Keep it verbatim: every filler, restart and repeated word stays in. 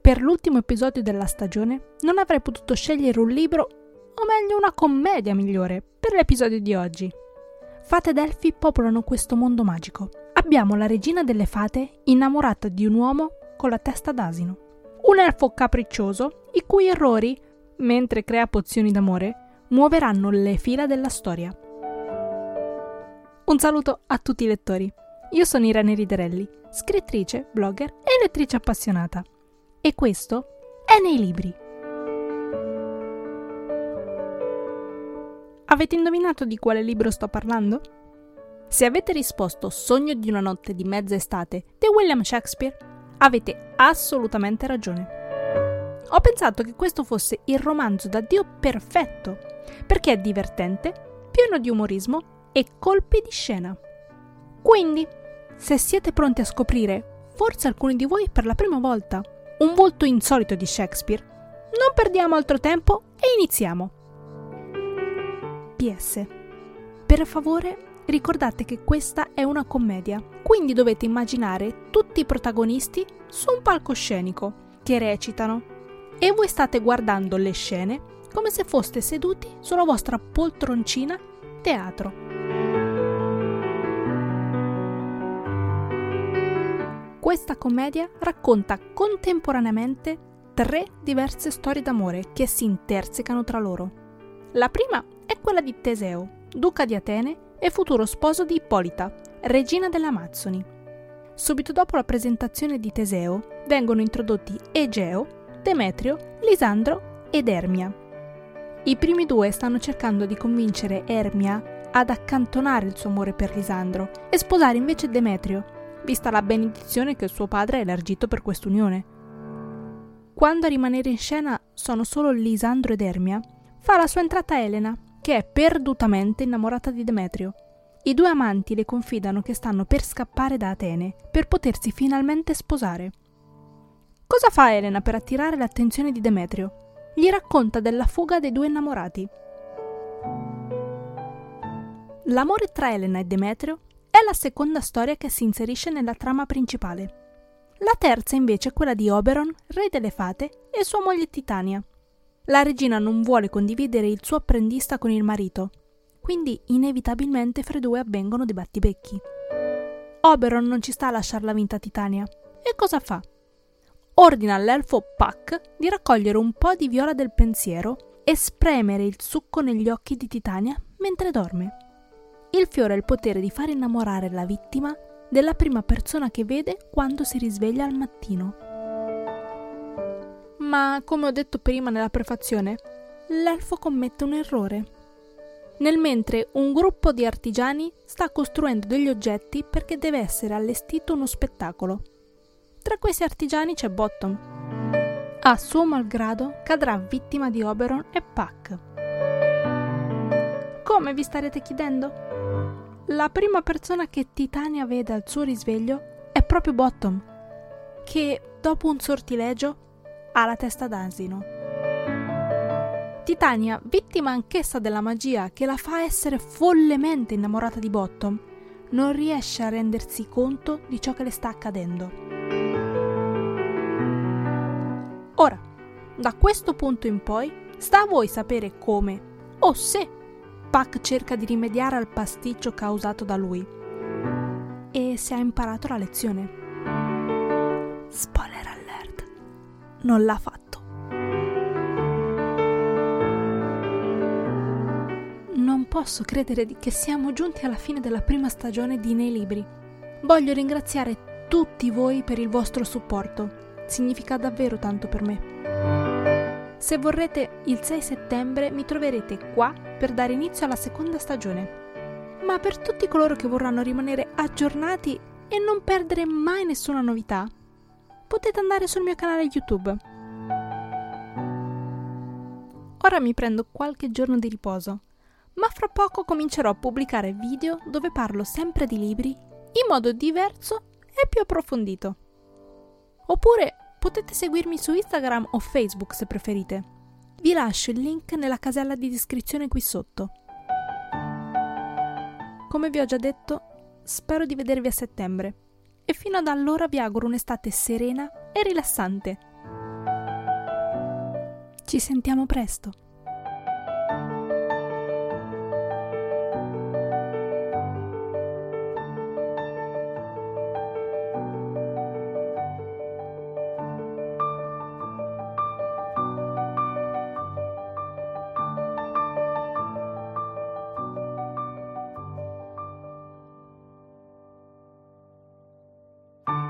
per l'ultimo episodio della stagione non avrei potuto scegliere un libro, o meglio una commedia migliore, per l'episodio di oggi. Fate ed elfi popolano questo mondo magico. Abbiamo la regina delle fate innamorata di un uomo con la testa d'asino. Un elfo capriccioso, i cui errori, mentre crea pozioni d'amore, muoveranno le fila della storia. Un saluto a tutti i lettori. Io sono Irene Riderelli, scrittrice, blogger e lettrice appassionata. E questo è Nei Libri. Avete indovinato di quale libro sto parlando? Se avete risposto Sogno di una notte di mezza estate di William Shakespeare, avete assolutamente ragione. Ho pensato che questo fosse il romanzo da Dio perfetto, perché è divertente, pieno di umorismo e colpi di scena. Quindi, se siete pronti a scoprire, forse alcuni di voi per la prima volta, un volto insolito di Shakespeare, non perdiamo altro tempo e iniziamo. P S. Per favore, ricordate che questa è una commedia, quindi dovete immaginare tutti i protagonisti su un palcoscenico che recitano e voi state guardando le scene come se foste seduti sulla vostra poltroncina teatro. Questa commedia racconta contemporaneamente tre diverse storie d'amore che si intersecano tra loro. La prima è quella di Teseo, duca di Atene e futuro sposo di Ippolita, regina delle Amazzoni. Subito dopo la presentazione di Teseo vengono introdotti Egeo, Demetrio, Lisandro ed Ermia. I primi due stanno cercando di convincere Ermia ad accantonare il suo amore per Lisandro e sposare invece Demetrio, vista la benedizione che suo padre ha elargito per quest'unione. Quando a rimanere in scena sono solo Lisandro ed Ermia, fa la sua entrata Elena, che è perdutamente innamorata di Demetrio. I due amanti le confidano che stanno per scappare da Atene per potersi finalmente sposare. Cosa fa Elena per attirare l'attenzione di Demetrio? Gli racconta della fuga dei due innamorati. L'amore tra Elena e Demetrio è la seconda storia che si inserisce nella trama principale. La terza invece è quella di Oberon, re delle fate, e sua moglie Titania. La regina non vuole condividere il suo apprendista con il marito, quindi inevitabilmente fra i due avvengono dei battibecchi. Oberon non ci sta a lasciarla vinta Titania. E cosa fa? Ordina all'elfo Puck di raccogliere un po' di viola del pensiero e spremere il succo negli occhi di Titania mentre dorme. Il fiore ha il potere di far innamorare la vittima della prima persona che vede quando si risveglia al mattino. Ma, come ho detto prima nella prefazione, l'elfo commette un errore. Nel mentre un gruppo di artigiani sta costruendo degli oggetti perché deve essere allestito uno spettacolo. Tra questi artigiani c'è Bottom. A suo malgrado cadrà vittima di Oberon e Puck. Come vi starete chiedendo? La prima persona che Titania vede al suo risveglio è proprio Bottom, che, dopo un sortilegio, ha la testa d'asino. Titania, vittima anch'essa della magia che la fa essere follemente innamorata di Bottom, non riesce a rendersi conto di ciò che le sta accadendo. Ora, da questo punto in poi, sta a voi sapere come, o se, Puck cerca di rimediare al pasticcio causato da lui e se ha imparato la lezione. Spoiler alert, non l'ha fatto. Non posso credere che siamo giunti alla fine della prima stagione di Nei Libri. Voglio ringraziare tutti voi per il vostro supporto, significa davvero tanto per me. Se vorrete, il sei settembre mi troverete qua per dare inizio alla seconda stagione. Ma per tutti coloro che vorranno rimanere aggiornati e non perdere mai nessuna novità, potete andare sul mio canale YouTube. Ora mi prendo qualche giorno di riposo, ma fra poco comincerò a pubblicare video dove parlo sempre di libri in modo diverso e più approfondito. Oppure potete seguirmi su Instagram o Facebook se preferite. Vi lascio il link nella casella di descrizione qui sotto. Come vi ho già detto, spero di vedervi a settembre e fino ad allora vi auguro un'estate serena e rilassante. Ci sentiamo presto!